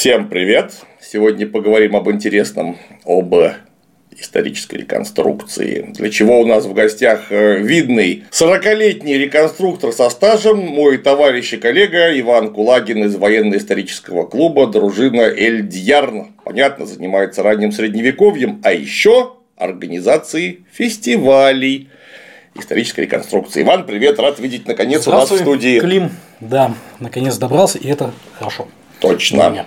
Всем привет! Сегодня поговорим об интересном, об исторической реконструкции. Для чего у нас в гостях видный 40-летний реконструктор со стажем, мой товарищ и коллега Иван Кулагин из военно-исторического клуба «Дружина Эль-Дьярн». Понятно, занимается ранним средневековьем, а еще организацией фестивалей исторической реконструкции. Иван, привет, рад видеть наконец у нас в студии. Клим, да, наконец добрался, и это хорошо. Точно.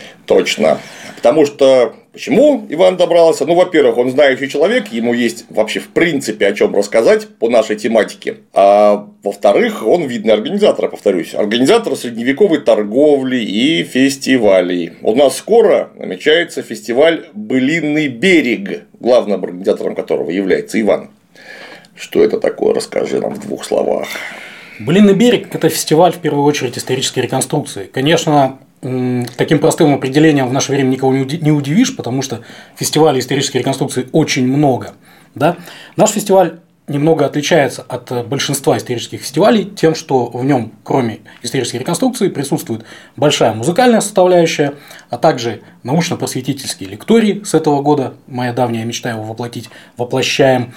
Точно. Потому что почему Иван добрался? Ну, во-первых, он знающий человек, ему есть вообще в принципе о чем рассказать по нашей тематике. А во-вторых, он видный организатор, повторюсь, организатор средневековой торговли и фестивалей. У нас скоро намечается фестиваль «Былинный берег», главным организатором которого является Иван. Что это такое? Расскажи нам в двух словах. «Былинный берег» – это фестиваль, в первую очередь, исторической реконструкции. Конечно, таким простым определением в наше время никого не удивишь, потому что фестивалей исторической реконструкции очень много. Да? Наш фестиваль немного отличается от большинства исторических фестивалей тем, что в нем, кроме исторической реконструкции, присутствует большая музыкальная составляющая, а также научно-просветительские лектории с этого года. Моя давняя мечта его воплотить, воплощаем.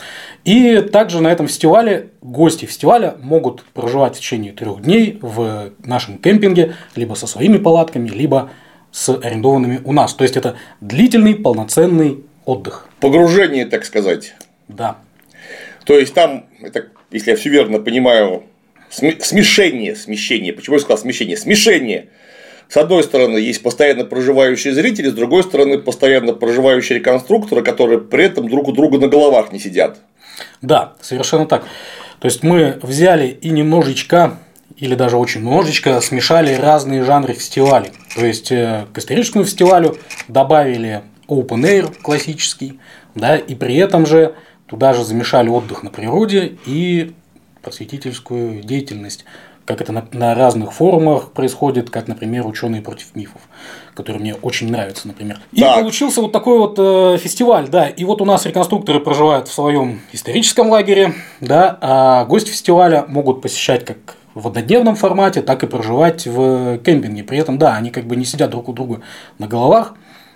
И также на этом фестивале гости фестиваля могут проживать в течение 3 дней в нашем кемпинге, либо со своими палатками, либо с арендованными у нас. То есть это длительный, полноценный отдых. Погружение, так сказать. Да. То есть там, это, если я все верно понимаю, смешение. Почему я сказал смещение? Смешение. С одной стороны, есть постоянно проживающие зрители, с другой стороны, постоянно проживающие реконструкторы, которые при этом друг у друга на головах не сидят. Да, совершенно так. То есть мы взяли и немножечко, или даже очень немножечко смешали разные жанры фестивалей. То есть к историческому фестивалю добавили open air классический, да, и при этом же туда же замешали отдых на природе и просветительскую деятельность, как это на разных форумах происходит, как, например, «Ученые против мифов», который мне очень нравится, например. И получился вот такой вот фестиваль, да. И вот у нас реконструкторы проживают в своем историческом лагере, да, а гости фестиваля могут посещать как в однодневном формате, так и проживать в кемпинге. При этом, да, они как бы не сидят друг у друга на головах,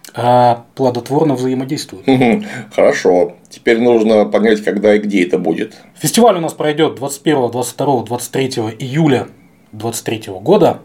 а плодотворно взаимодействуют. Хорошо. Теперь нужно понять, когда и где это будет. Фестиваль у нас пройдет 21, 22, 23 июля 2023 года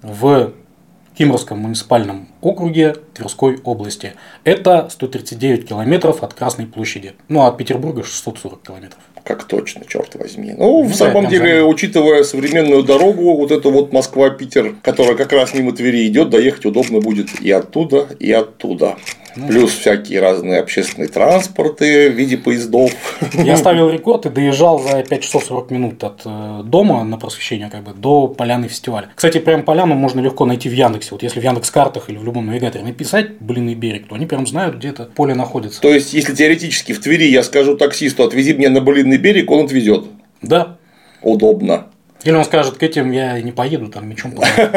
в Кимрском муниципальном округе Тверской области. Это 139 километров от Красной площади. Ну, а от Петербурга 640 километров. Как точно, черт возьми. Ну, в самом деле, учитывая современную дорогу, вот эту вот Москва-Питер, которая как раз мимо Твери идет, доехать удобно будет и оттуда, и оттуда. Плюс всякие разные общественные транспорты в виде поездов. Я ставил рекорд и доезжал за 5 часов 40 минут от дома на просвещение как бы, до поляны фестиваля. Кстати, прям поляну можно легко найти в Яндексе. Вот если в Яндекс.Картах или в любом навигаторе написать «Былинный берег», то они прям знают, где это поле находится. То есть, если теоретически в Твери я скажу таксисту «отвези меня на Былинный берег», он отвезет. Да. Удобно. Или он скажет, к этим я не поеду, там мечом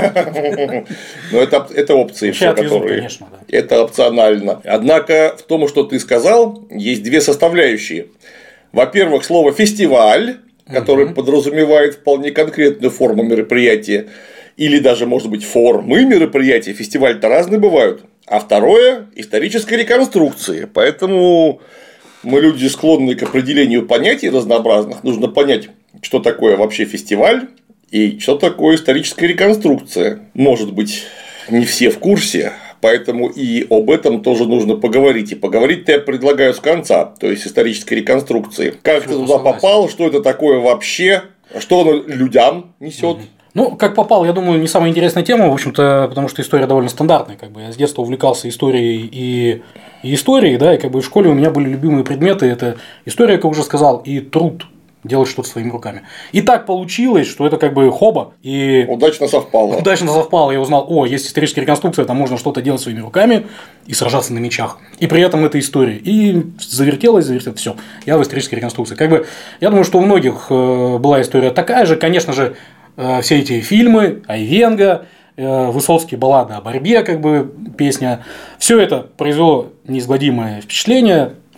поеду. Но это опции все, которые. Конечно, да. Это опционально. Однако в том, что ты сказал, есть две составляющие. Во-первых, слово «фестиваль», которое подразумевает вполне конкретную форму мероприятия, или даже, может быть, формы мероприятия. Фестиваль-то разные бывают. А второе – историческая реконструкция. Поэтому мы люди, склонные к определению понятий разнообразных. Нужно понять, что такое вообще фестиваль и что такое историческая реконструкция. Может быть, не все в курсе, поэтому и об этом тоже нужно поговорить. И поговорить-то я предлагаю с конца, то есть исторической реконструкции. Как ты туда попал, что это такое вообще, что оно людям несет. Ну, как попал, я думаю, не самая интересная тема, в общем-то, потому что история довольно стандартная. Как бы я с детства увлекался историей и историей, да, и как бы в школе у меня были любимые предметы. Это история, как уже сказал, и труд. Делать что-то своими руками. И так получилось, что это как бы хоба. И удачно совпало. Я узнал, есть историческая реконструкция, там можно что-то делать своими руками и сражаться на мечах. И при этом это история. И завертелось, все. Я в исторической реконструкции. Как бы, я думаю, что у многих была история такая же. Конечно же, все эти фильмы, Айвенго, Высоцкий, баллада о борьбе, как бы песня. Все это произвело неизгладимое впечатление.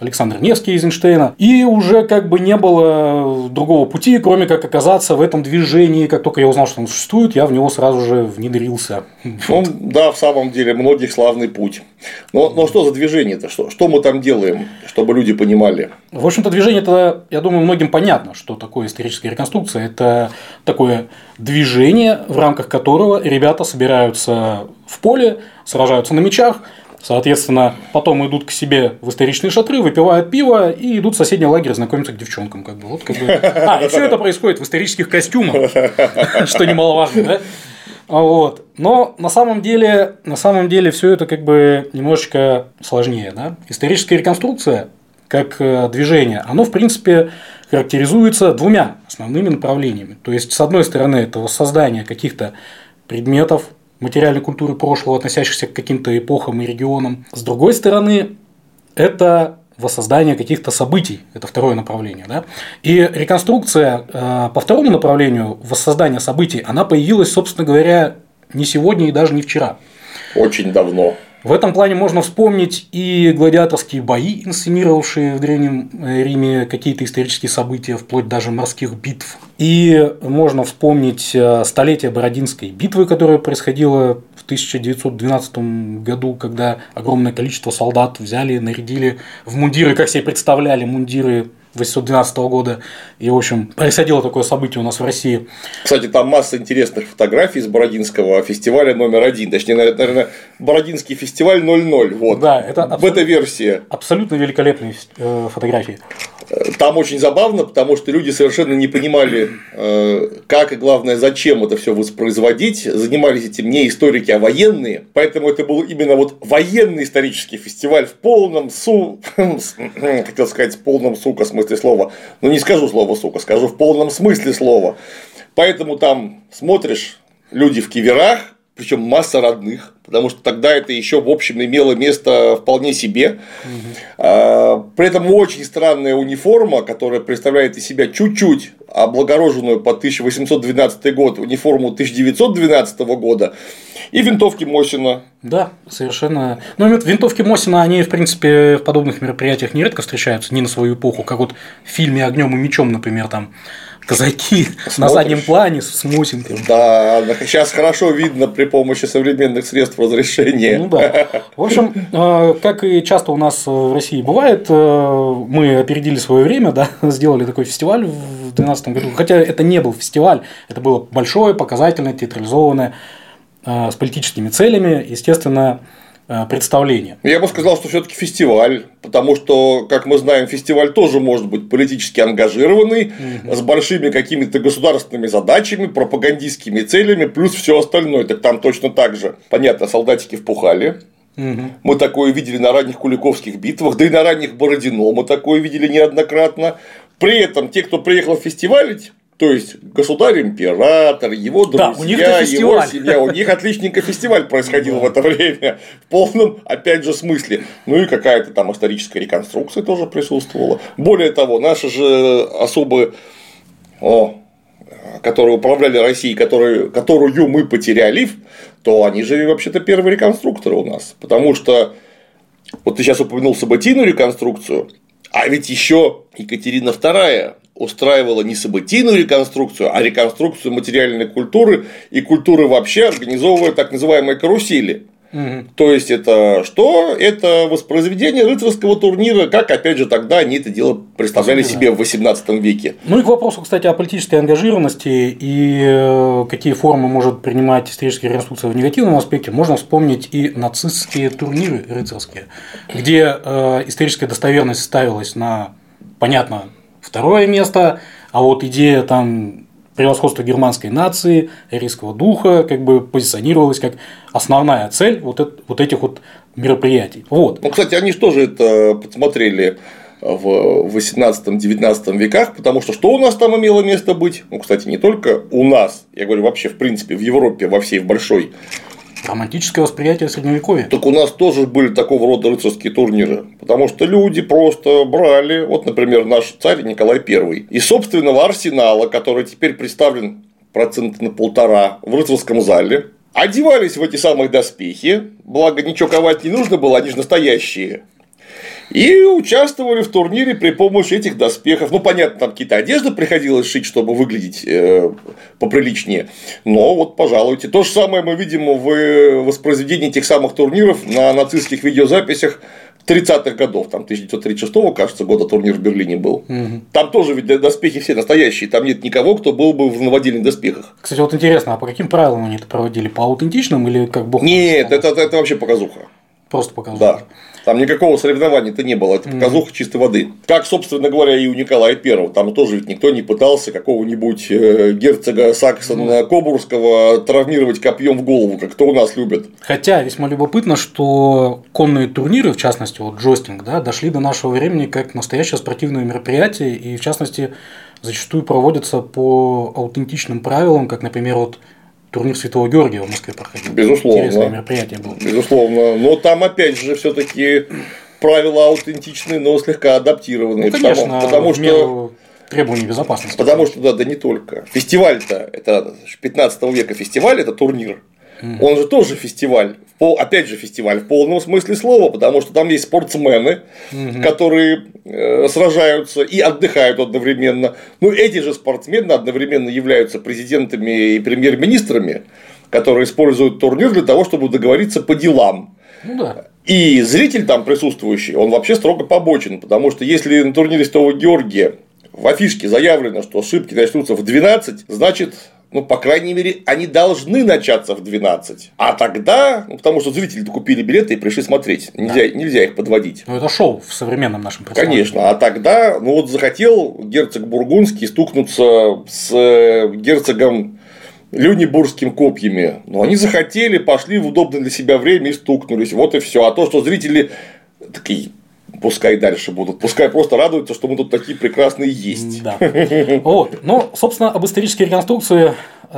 Александр Невский из Эйнштейна. И уже как бы не было другого пути, кроме как оказаться в этом движении. Как только я узнал, что он существует, я в него сразу же внедрился. Ну, да, в самом деле, многих славный путь. Но что за движение-то? Что мы там делаем, чтобы люди понимали? В общем-то, движение-то, я думаю, многим понятно, что такое историческая реконструкция. Это такое движение, в рамках которого ребята собираются в поле, сражаются на мечах, соответственно, потом идут к себе в историчные шатры, выпивают пиво и идут в соседний лагерь знакомиться к девчонкам. И все это происходит в исторических костюмах, что немаловажно, да? Вот. Но на самом деле все это как бы немножечко сложнее. Да? Историческая реконструкция как движение, оно в принципе характеризуется двумя основными направлениями. То есть, с одной стороны, это воссоздание каких-то предметов материальной культуры прошлого, относящихся к каким-то эпохам и регионам. С другой стороны, это воссоздание каких-то событий. Это второе направление. Да? И реконструкция по второму направлению, воссоздание событий, она появилась, собственно говоря, не сегодня и даже не вчера. Очень давно. В этом плане можно вспомнить и гладиаторские бои, инсценировавшие в Древнем Риме какие-то исторические события, вплоть даже морских битв. И можно вспомнить столетие Бородинской битвы, которая происходила в 1912 году, когда огромное количество солдат взяли, нарядили в мундиры, как себе представляли мундиры 1812 года. И, в общем, происходило такое событие у нас в России. Кстати, там масса интересных фотографий с Бородинского фестиваля номер 1. Точнее, наверное, Бородинский фестиваль 00. Вот. Да, это бета-версия. Абсолютно великолепные фотографии. Там очень забавно, потому что люди совершенно не понимали, как и, главное, зачем это все воспроизводить. Занимались этим не историки, а военные. Поэтому это был именно вот военный исторический фестиваль в полном хотел сказать, в полном сука смысле слова. Но не скажу слово сука, скажу в полном смысле слова. Поэтому там смотришь, люди в киверах, причем масса родных, потому что тогда это еще в общем имело место вполне себе. При этом очень странная униформа, которая представляет из себя чуть-чуть облагороженную под 1812 год униформу 1912 года, и винтовки Мосина. Да, совершенно. Но винтовки Мосина, они, в принципе, в подобных мероприятиях нередко встречаются, не на свою эпоху, как вот в фильме «Огнем и мечом», например, там казаки на заднем плане с Мосинкой. Да, сейчас хорошо видно при помощи современных средств разрешения. Ну да. В общем, как и часто у нас в России бывает, мы опередили свое время, да, сделали такой фестиваль в 2012 году. Хотя это не был фестиваль, это было большое, показательное, театрализованное, с политическими целями, естественно, представление. Я бы сказал, что все-таки фестиваль, потому что, как мы знаем, фестиваль тоже может быть политически ангажированный, с большими какими-то государственными задачами, пропагандистскими целями, плюс все остальное. Так там точно так же. Понятно, солдатики впухали. Мы такое видели на ранних Куликовских битвах, да и на ранних Бородино мы такое видели неоднократно. При этом те, кто приехал фестивалить, то есть государь-император, его друзья, его семья, у них отличненько фестиваль происходил в это время, в полном, опять же, смысле. Ну и какая-то там историческая реконструкция тоже присутствовала. Более того, наши же особы, которые управляли Россией, которую мы потеряли, то они же вообще-то первые реконструкторы у нас. Потому что вот ты сейчас упомянул событийную реконструкцию, а ведь еще Екатерина II устраивала не событийную реконструкцию, а реконструкцию материальной культуры и культуры вообще, организовывая так называемые карусели. То есть это что? Это воспроизведение рыцарского турнира, как опять же тогда они это дело представляли себе в 18 веке. Ну и к вопросу, кстати, о политической ангажированности и какие формы может принимать историческая реконструкция в негативном аспекте, можно вспомнить и нацистские турниры рыцарские, где историческая достоверность ставилась на, понятно, второе место, а вот идея там превосходства германской нации, арийского духа как бы позиционировалась как основная цель вот этих вот мероприятий. Вот. Ну, кстати, они же тоже это подсмотрели в 18-19 веках, потому что у нас там имело место быть? Ну, кстати, не только у нас, я говорю, вообще, в принципе, в Европе, во всей, в большой. Романтическое восприятие Средневековья. Так у нас тоже были такого рода рыцарские турниры, потому что люди просто брали, вот, например, наш царь Николай I, из собственного арсенала, который теперь представлен 1,5% в рыцарском зале, одевались в эти самые доспехи, благо ничего ковать не нужно было, они же настоящие, И участвовали в турнире при помощи этих доспехов. Ну, понятно, там какие-то одежды приходилось шить, чтобы выглядеть поприличнее. Но вот, пожалуйте. То же самое мы видим в воспроизведении этих самых турниров на нацистских видеозаписях 30-х годов, там 1936-го, кажется, года турнир в Берлине был. Там тоже ведь доспехи все настоящие, там нет никого, кто был бы в новодельных доспехах. Кстати, вот интересно, а по каким правилам они это проводили? По аутентичным или как бог? Нет, это вообще показуха. Просто показуха. Да. Там никакого соревнования-то не было, это показуха чистой воды. Как, собственно говоря, и у Николая I. Там тоже ведь никто не пытался какого-нибудь герцога Саксона-Кобурского травмировать копьем в голову, как кто у нас любит. Хотя весьма любопытно, что конные турниры, в частности, вот джойстинг, да, дошли до нашего времени как настоящее спортивное мероприятие, и в частности зачастую проводятся по аутентичным правилам, как, например, вот турнир Святого Георгия в Москве проходил. Безусловно. Интересное мероприятие было. Безусловно. Но там, опять же, все-таки правила аутентичные, но слегка адаптированные. Ну, конечно, потому что требований безопасности. Потому что, да не только. Фестиваль-то, это 15 века фестиваль, это турнир. Он же тоже фестиваль. Опять же, фестиваль в полном смысле слова, потому что там есть спортсмены, которые сражаются и отдыхают одновременно. Ну, эти же спортсмены одновременно являются президентами и премьер-министрами, которые используют турнир для того, чтобы договориться по делам. Ну, да. И зритель там присутствующий, он вообще строго побочен, потому что если на турнире Святого Георгия в афишке заявлено, что ошибки начнутся в 12, значит, ну, по крайней мере, они должны начаться в 12. А тогда, потому что зрители купили билеты и пришли смотреть. Нельзя их подводить. Ну, это шоу в современном нашем представлении. Конечно. А тогда, ну вот захотел герцог Бургундский стукнуться с герцогом Люнебургским копьями. Но они захотели, пошли в удобное для себя время и стукнулись. Вот и все. А то, что зрители такие. Пускай дальше будут, пускай просто радуются, что мы тут такие прекрасные есть. Да. Вот. Ну, собственно, об исторической реконструкции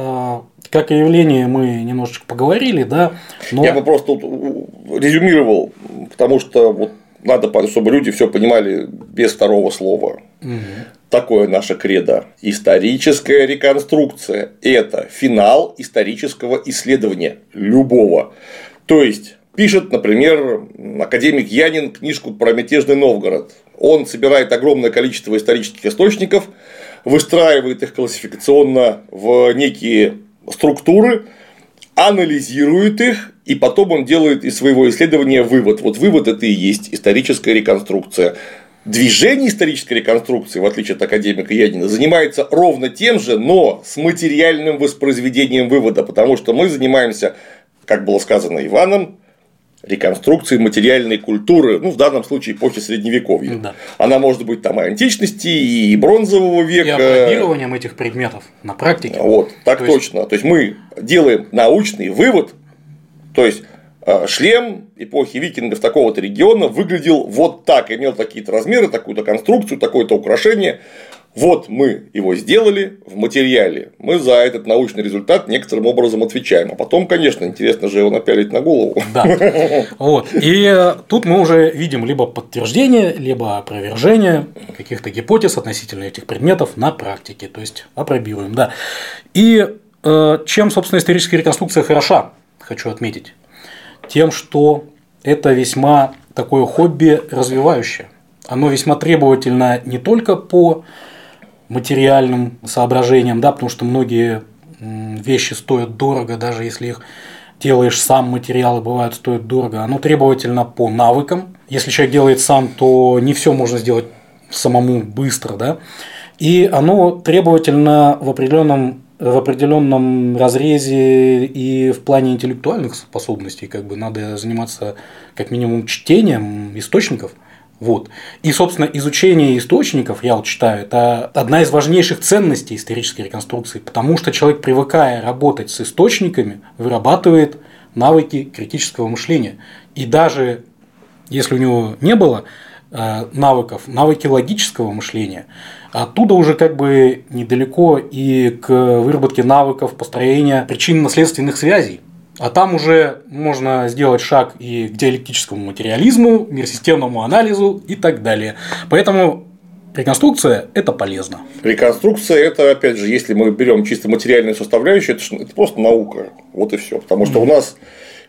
как о явлении мы немножечко поговорили, да. Но... Я бы просто резюмировал, потому что вот надо, чтобы люди все понимали без второго слова. Такое наше кредо. Историческая реконструкция – это финал исторического исследования любого. То есть. Пишет, например, академик Янин книжку про мятежный Новгород. Он собирает огромное количество исторических источников, выстраивает их классификационно в некие структуры, анализирует их, и потом он делает из своего исследования вывод. Вот вывод – это и есть историческая реконструкция. Движение исторической реконструкции, в отличие от академика Янина, занимается ровно тем же, но с материальным воспроизведением вывода, потому что мы занимаемся, как было сказано Иваном, реконструкции материальной культуры, ну, в данном случае эпохи Средневековья. Да. Она может быть там и античности, и бронзового века. И опробированием этих предметов на практике. Вот, так точно. То есть мы делаем научный вывод, то есть шлем эпохи викингов такого-то региона выглядел вот так, имел такие-то размеры, такую-то конструкцию, такое-то украшение. Вот мы его сделали в материале, мы за этот научный результат некоторым образом отвечаем. А потом, конечно, интересно же его напялить на голову. Да. Вот. И тут мы уже видим либо подтверждение, либо опровержение каких-то гипотез относительно этих предметов на практике. То есть опробируем. Да. И чем, собственно, историческая реконструкция хороша, хочу отметить. Тем, что это весьма такое хобби развивающее. Оно весьма требовательно не только по материальным соображениям, да, потому что многие вещи стоят дорого, даже если их делаешь сам, материалы бывают стоят дорого. Оно требовательно по навыкам. Если человек делает сам, то не все можно сделать самому быстро, да. И оно требовательно в определенном разрезе и в плане интеллектуальных способностей. Как бы надо заниматься как минимум чтением источников. Вот. И, собственно, изучение источников, я вот считаю, это одна из важнейших ценностей исторической реконструкции, потому что человек, привыкая работать с источниками, вырабатывает навыки критического мышления. И даже если у него не было навыков, навыки логического мышления, оттуда уже как бы недалеко и к выработке навыков построения причинно-следственных связей. А там уже можно сделать шаг и к диалектическому материализму, миросистемному анализу и так далее. Поэтому реконструкция – это полезно. Реконструкция – это, опять же, если мы берем чисто материальную составляющую, это просто наука. Вот и все. Потому что у нас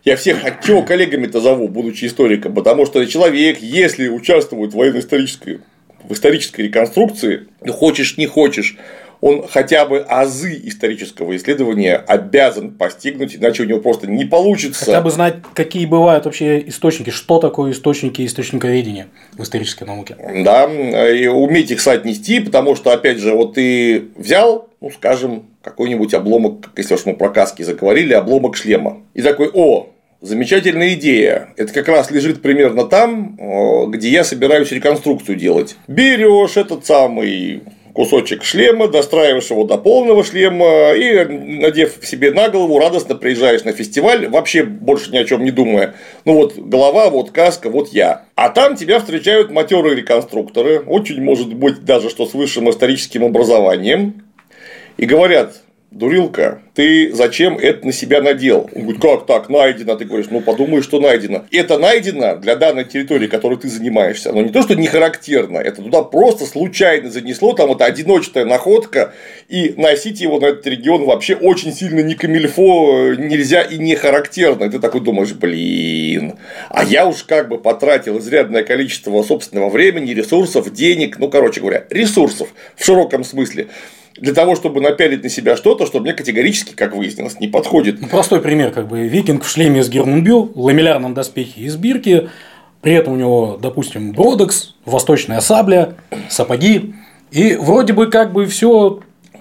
Я всех от чего коллегами-то зову, будучи историком, потому что человек, если участвует в исторической реконструкции, хочешь не хочешь, он хотя бы азы исторического исследования обязан постигнуть, иначе у него просто не получится. Хотя бы знать, какие бывают вообще источники, что такое источники источниковедения в исторической науке. Да, и уметь их соотнести, потому что, опять же, вот ты взял, ну, скажем, какой-нибудь обломок, если уж мы про каски заговорили, обломок шлема, и такой: о, замечательная идея. Это как раз лежит примерно там, где я собираюсь реконструкцию делать. Берешь этот самый кусочек шлема, достраиваешь его до полного шлема и, надев себе на голову, радостно приезжаешь на фестиваль, вообще больше ни о чем не думая. Ну вот голова, вот каска, вот я. А там тебя встречают матерые реконструкторы, очень может быть даже что с высшим историческим образованием, и говорят: дурилка, ты зачем это на себя надел? Он говорит: как так, найдено? Ты говоришь: ну подумай, что найдено. Это найдено для данной территории, которой ты занимаешься. Но не то, что не характерно, это туда просто случайно занесло, там это одиночная находка, и носить его на этот регион вообще очень сильно не камильфо нельзя и не характерно. И ты такой думаешь: блин, а я уж как бы потратил изрядное количество собственного времени, ресурсов, денег, ну короче говоря, ресурсов в широком смысле, для того, чтобы напялить на себя что-то, что мне категорически, как выяснилось, не подходит. Ну, простой пример, как бы викинг в шлеме из Гермунбю, ламеллярном доспехе из бирки, при этом у него, допустим, бродекс, восточная сабля, сапоги, и вроде бы как бы все,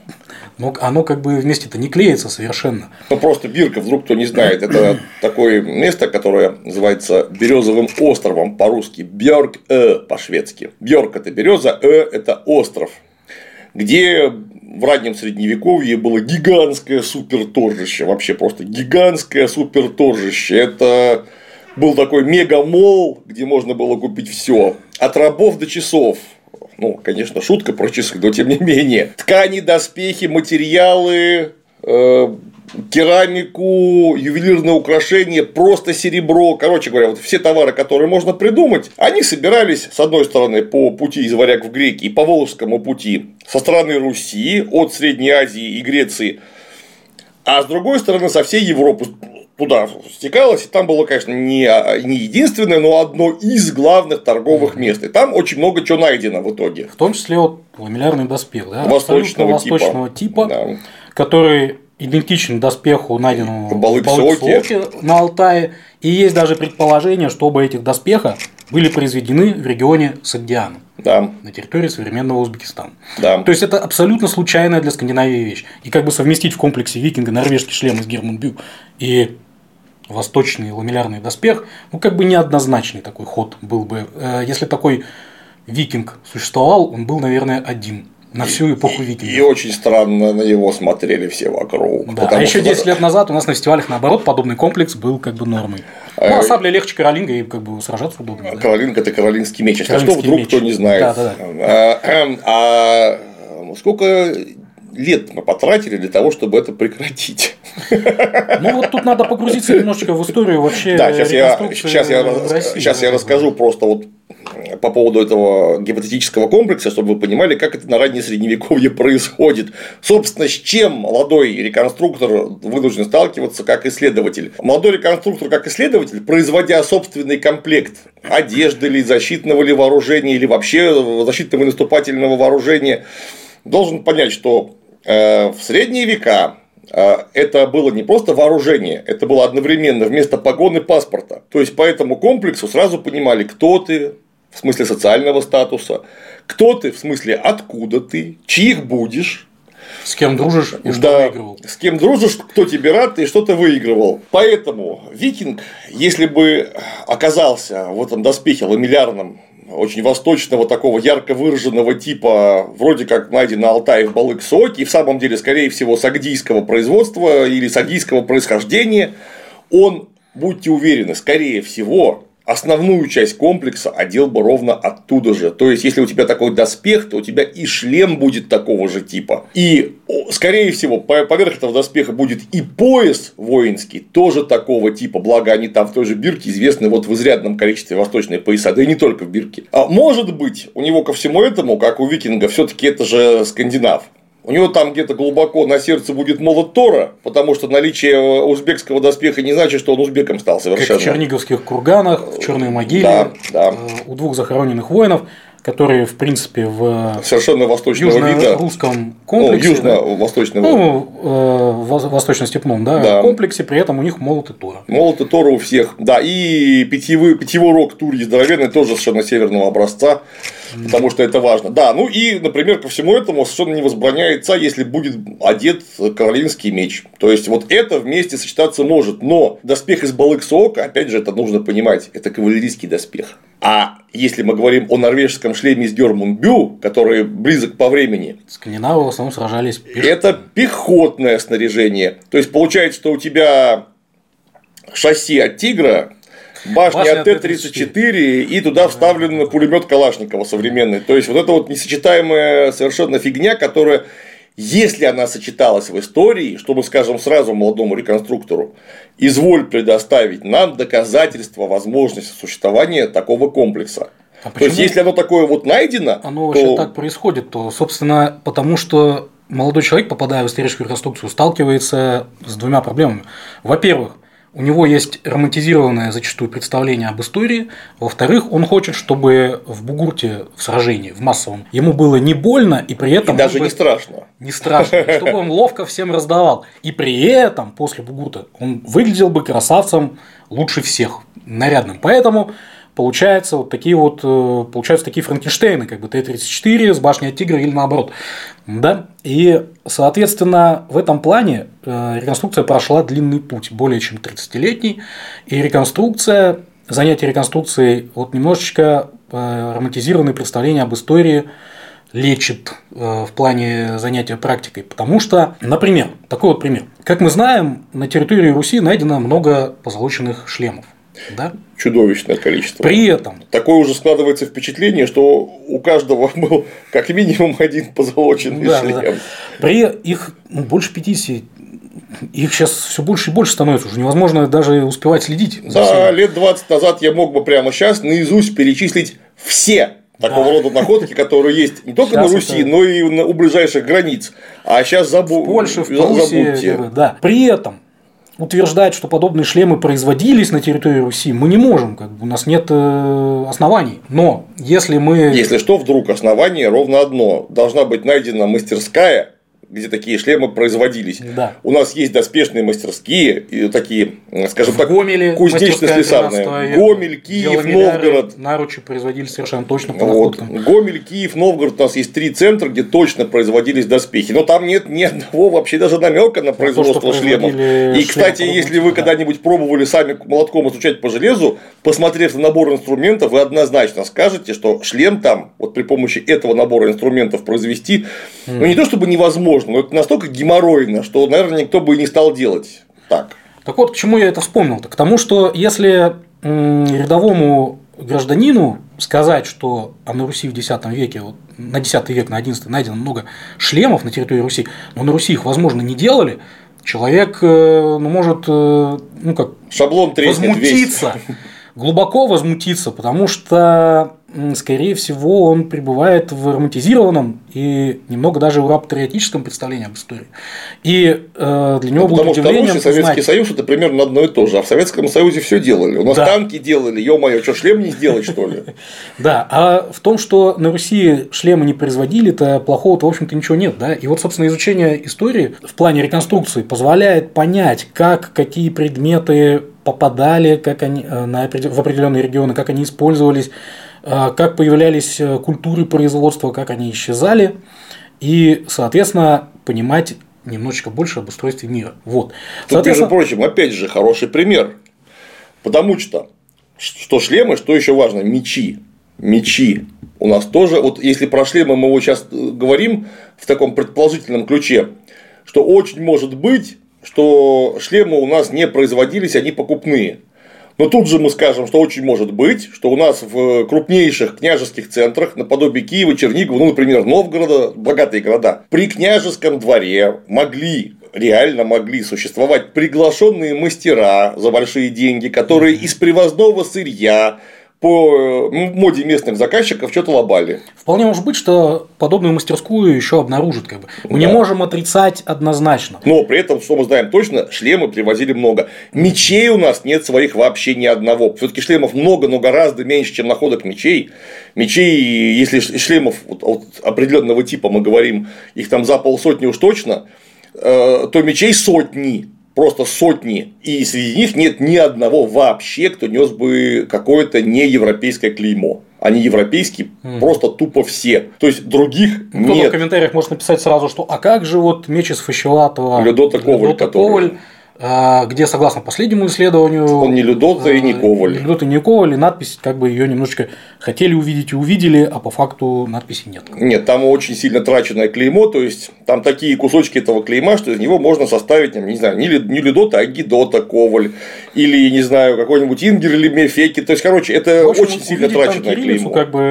но оно как бы вместе-то не клеится совершенно. Ну просто бирка, вдруг кто не знает, это такое место, которое называется Березовым островом по-русски, Бьорк по-шведски. Бьорк — это береза, это остров, где в раннем средневековье было гигантское суперторжище, вообще просто гигантское суперторжище. Это был такой мегамолл, где можно было купить все, от рабов до часов. Ну, конечно, шутка про часы, но тем не менее. Ткани, доспехи, материалы, керамику, ювелирные украшения, просто серебро. Короче говоря, вот все товары, которые можно придумать, они собирались, с одной стороны, по пути из Варяг в Греки и по Волжскому пути со стороны Руси, от Средней Азии и Греции, а с другой стороны, со всей Европы туда стекалось, и там было, конечно, не единственное, но одно из главных торговых мест. И там очень много чего найдено в итоге. В том числе вот ламеллярный доспех, да? Восточного типа да. Который идентичен доспеху, найденному в Балык-Сооке на Алтае. И есть даже предположение, что оба этих доспеха были произведены в регионе Согдиана, да. на территории современного Узбекистана. Да. То есть это абсолютно случайная для Скандинавии вещь. И как бы совместить в комплексе викинга норвежский шлем из Гермунбю и восточный ламеллярный доспех, ну как бы неоднозначный такой ход был бы. Если такой викинг существовал, он был, наверное, один. На всю эпоху викингов. И очень странно на него смотрели все вокруг. Да. А еще 10 лет назад у нас на фестивалях, наоборот, подобный комплекс был как бы нормой. Ну, а сабля легче каролинга, и как бы сражаться удобно. Каролинг — это каролинский меч. А что вдруг кто не знает. Да. А сколько лет мы потратили для того, чтобы это прекратить? Ну вот тут надо погрузиться немножечко в историю вообще. Да, сейчас я расскажу просто вот по поводу этого гипотетического комплекса, чтобы вы понимали, как это на раннее средневековье происходит. Собственно, с чем молодой реконструктор вынужден сталкиваться как исследователь. Молодой реконструктор как исследователь, производя собственный комплект одежды или защитного ли вооружения, или вообще защитного и наступательного вооружения, должен понять, что в средние века это было не просто вооружение, это было одновременно вместо погон и паспорта. То есть по этому комплексу сразу понимали, кто ты в смысле социального статуса, кто ты в смысле откуда ты, чьих будешь. С кем дружишь и что выигрывал. С кем дружишь, кто тебе рад и что ты выигрывал. Поэтому викинг, если бы оказался в этом доспехе ламеллярном, очень восточного, такого ярко выраженного типа, вроде как найден на Алтае в Балык-Сооке, и в самом деле, скорее всего, сагдийского производства или сагдийского происхождения, он, будьте уверены, скорее всего, основную часть комплекса одел бы ровно оттуда же. То есть, если у тебя такой доспех, то у тебя и шлем будет такого же типа. И, скорее всего, поверх этого доспеха будет и пояс воинский тоже такого типа. Благо, они там в той же бирке известны вот в изрядном количестве восточные пояса, да и не только в бирке. А может быть, у него ко всему этому, как у викинга, все-таки это же скандинав. у него там где-то глубоко на сердце будет молот Тора, потому что наличие узбекского доспеха не значит, что он узбеком стал совершенно. Как в черниговских курганах, в Черной могиле, у 2 захороненных воинов, которые, в принципе, в совершенно восточного вида, южно-русском комплексе, южно-восточного, восточно-степном комплексе, при этом у них молоты Тора. Молоты Тора у всех, да, и питьевой рог Турьи здоровенный тоже совершенно северного образца, потому что это важно. Да, ну и, например, ко всему этому совершенно не возбраняется, если будет одет каролинский меч. То есть, вот это вместе сочетаться может, но доспех из Балык-Соока, опять же, это нужно понимать, это кавалерийский доспех. А если мы говорим о норвежском шлеме из Дёрмунбю, который близок по времени, скандинавы в основном сражались пешком. Это пехотное снаряжение. То есть получается, что у тебя шасси от Тигра, башня от Т-34 и туда вставлен пулемет Калашникова современный. То есть вот это вот несочетаемая совершенно фигня, которая, если она сочеталась в истории, что мы скажем сразу молодому реконструктору, изволь предоставить нам доказательства возможности существования такого комплекса. То есть, если оно такое вот найдено, оно вообще так происходит, то, собственно, потому что молодой человек, попадая в историческую реконструкцию, сталкивается с 2 проблемами. Во-первых, у него есть романтизированное зачастую представление об истории. Во-вторых, он хочет, чтобы в бугурте, в сражении, в массовом, ему было не больно и при этом… И даже не страшно. Не страшно, чтобы он ловко всем раздавал. И при этом, после бугурта, он выглядел бы красавцем лучше всех, нарядным. Поэтому… Получаются такие Франкенштейны, как бы Т-34 с башней от Тигра или наоборот. Да? И, соответственно, в этом плане реконструкция прошла длинный путь, более чем 30-летний. И занятие реконструкцией вот немножечко романтизированные представления об истории лечит в плане занятия практикой. Потому что, например, такой вот пример. Как мы знаем, на территории Руси найдено много позолоченных шлемов. Да? Чудовищное количество. При этом такое уже складывается впечатление, что у каждого был как минимум один позолоченный шлем. Да. При их больше 50. Их сейчас все больше и больше становится, уже невозможно даже успевать следить. Да, лет 20 назад я мог бы прямо сейчас наизусть перечислить все такого рода находки, которые есть не только сейчас на Руси, но и у ближайших границ. А сейчас в Польше, в Пруссии, да. При этом утверждать, что подобные шлемы производились на территории Руси, мы не можем, у нас нет оснований. Но если что, вдруг основание ровно одно: должна быть найдена мастерская, где такие шлемы производились. Да. У нас есть доспешные мастерские, и такие, скажем так, кузнечно-слесарные. Гомель, Киев, Новгород. Наручи производились совершенно точно по находкам. Гомель, Киев, Новгород. У нас есть 3 центра, где точно производились доспехи. Но там нет ни одного вообще даже намека на производство шлемов. И, кстати, если вы когда-нибудь пробовали сами молотком изучать по железу, посмотрев на набор инструментов, вы однозначно скажете, что шлем там, вот при помощи этого набора инструментов произвести, не то чтобы невозможно, но это настолько геморройно, что, наверное, никто бы и не стал делать так. Так вот, к чему я это вспомнил-то? К тому, что если рядовому гражданину сказать, что на Руси в X веке, на X век, на XI найдено много шлемов на территории Руси, но на Руси их, возможно, не делали, человек может шаблон возмутиться, глубоко возмутиться, потому что, скорее всего, он пребывает в романтизированном и немного даже ура-патриотическом представлении об истории. И для него будет удивлением узнать. Советский Союз – это примерно одно и то же. А в Советском Союзе все делали. У нас танки делали, ё-моё, что, шлем не сделать, что ли? Да, а в том, что на Руси шлемы не производили-то плохого-то, в общем-то, ничего нет. Да? И вот, собственно, изучение истории в плане реконструкции позволяет понять, какие предметы попадали в определенные регионы, как они использовались, как появлялись культуры производства, как они исчезали, и, соответственно, понимать немножечко больше об устройстве мира. Вот. Тут, между прочим, опять же, хороший пример. Потому что шлемы, что еще важно, мечи. Мечи. У нас тоже, вот если про шлемы мы сейчас говорим в таком предположительном ключе, что очень может быть, что шлемы у нас не производились, они покупные. Но тут же мы скажем, что очень может быть, что у нас в крупнейших княжеских центрах, наподобие Киева, Чернигова, например, Новгорода, богатые города, при княжеском дворе реально могли существовать приглашенные мастера за большие деньги, которые из привозного сырья по моде местных заказчиков что-то лобали. Вполне может быть, что подобную мастерскую еще обнаружат. Мы не можем отрицать однозначно. Но при этом, что мы знаем точно, шлемы привозили много. Мечей у нас нет своих вообще ни одного. Все-таки шлемов много, но гораздо меньше, чем находок мечей. Мечей, если шлемов вот определенного типа мы говорим, их там за полсотни уж точно, то мечей сотни. Просто сотни, и среди них нет ни одного вообще, кто нес бы какое-то неевропейское клеймо. Они европейские, просто тупо все. То есть других нет. Кто-то в комментариях может написать сразу, что а как же вот меч из Фащеватого Людота Коваль, где, согласно последнему исследованию, он не Людота и не Коваль. Не Людота и не Коваль, и надпись ее немножечко хотели увидеть и увидели, а по факту надписи нет. Нет, там очень сильно траченное клеймо, то есть там такие кусочки этого клейма, что из него можно составить, не знаю, не Людота, а Гедота Коваль, или, не знаю, какой-нибудь Ингер или Мефеки. То есть, короче, это очень сильно траченное клеймо.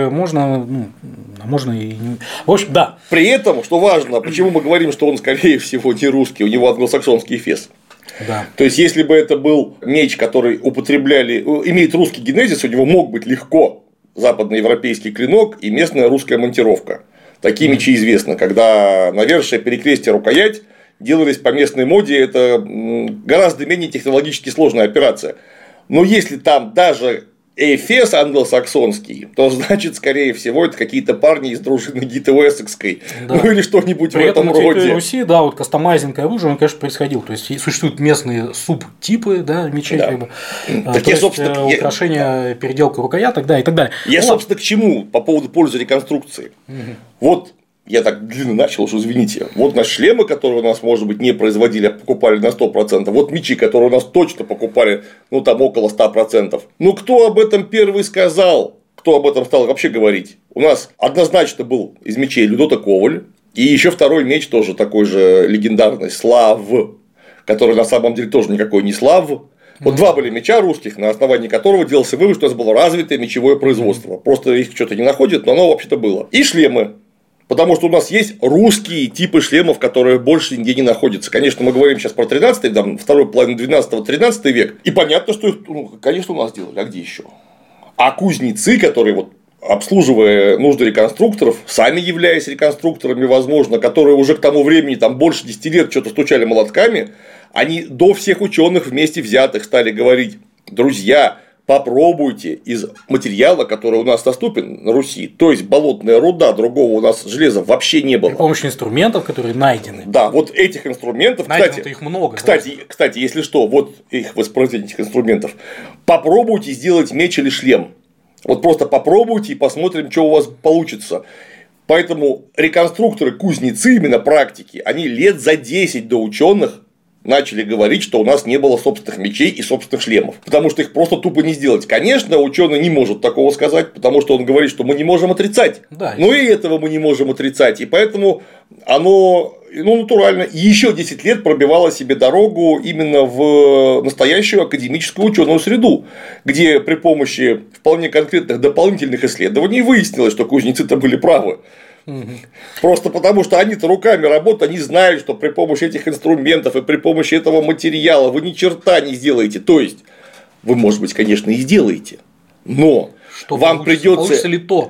Можно и не... В общем, да. При этом, что важно, почему мы говорим, что он, скорее всего, не русский, у него англосаксонский эфес. Да. То есть, если бы это был меч, который употребляли, имеет русский генезис, у него мог быть легко западноевропейский клинок и местная русская монтировка. Такие мечи известны, когда навершие, перекрестие, рукоять делались по местной моде, это гораздо менее технологически сложная операция. Но если там даже эфес англосаксонский, то значит, скорее всего, это какие-то парни из дружины Гиты Уэссекской, да. Ну или что-нибудь при в этом роде. При этом на Руси, да, вот кастомайзинг оружия, он, конечно, происходил. То есть существуют местные субтипы, да, мечей, да. Так я, собственно, украшения, переделка рукояток, да, и так далее. Я, собственно, к чему по поводу пользы реконструкции. Вот. Я так длинно начал, что извините. Вот наши шлемы, которые у нас, может быть, не производили, а покупали на 100%. Вот мечи, которые у нас точно покупали, там около 100%. Ну, кто об этом первый сказал? Кто об этом стал вообще говорить? У нас однозначно был из мечей Людота Коваль. И еще второй меч тоже такой же легендарный, Слав, который на самом деле тоже никакой не Слав. Вот два были меча русских, на основании которого делался вывод, что у нас было развитое мечевое производство. Просто их что-то не находят, но оно вообще-то было. И шлемы. Потому что у нас есть русские типы шлемов, которые больше нигде не находятся. Конечно, мы говорим сейчас про 13-й, там, вторую половину 12-13 век. И понятно, что их, конечно, у нас делали, а где еще? А кузнецы, которые вот обслуживая нужды реконструкторов, сами являясь реконструкторами, возможно, которые уже к тому времени там больше 10 лет что-то стучали молотками, они до всех ученых вместе взятых стали говорить: друзья, попробуйте из материала, который у нас доступен на Руси, то есть болотная руда, другого у нас железа вообще не было. При помощи инструментов, которые найдены. Да, вот этих инструментов, найдено-то их много. Кстати, если что, вот их воспроизведение этих инструментов, попробуйте сделать меч или шлем. Вот просто попробуйте и посмотрим, что у вас получится. Поэтому реконструкторы, кузнецы именно практики, они лет за 10 до ученых начали говорить, что у нас не было собственных мечей и собственных шлемов, потому что их просто тупо не сделать. Конечно, ученый не может такого сказать, потому что он говорит, что мы не можем отрицать. Да, но и этого мы не можем отрицать, и поэтому оно натурально еще 10 лет пробивало себе дорогу именно в настоящую академическую ученую среду, где при помощи вполне конкретных дополнительных исследований выяснилось, что кузнецы-то были правы. Просто потому, что они-то руками работают, они знают, что при помощи этих инструментов и при помощи этого материала вы ни черта не сделаете. То есть, вы, может быть, конечно, и сделаете, но что вам придется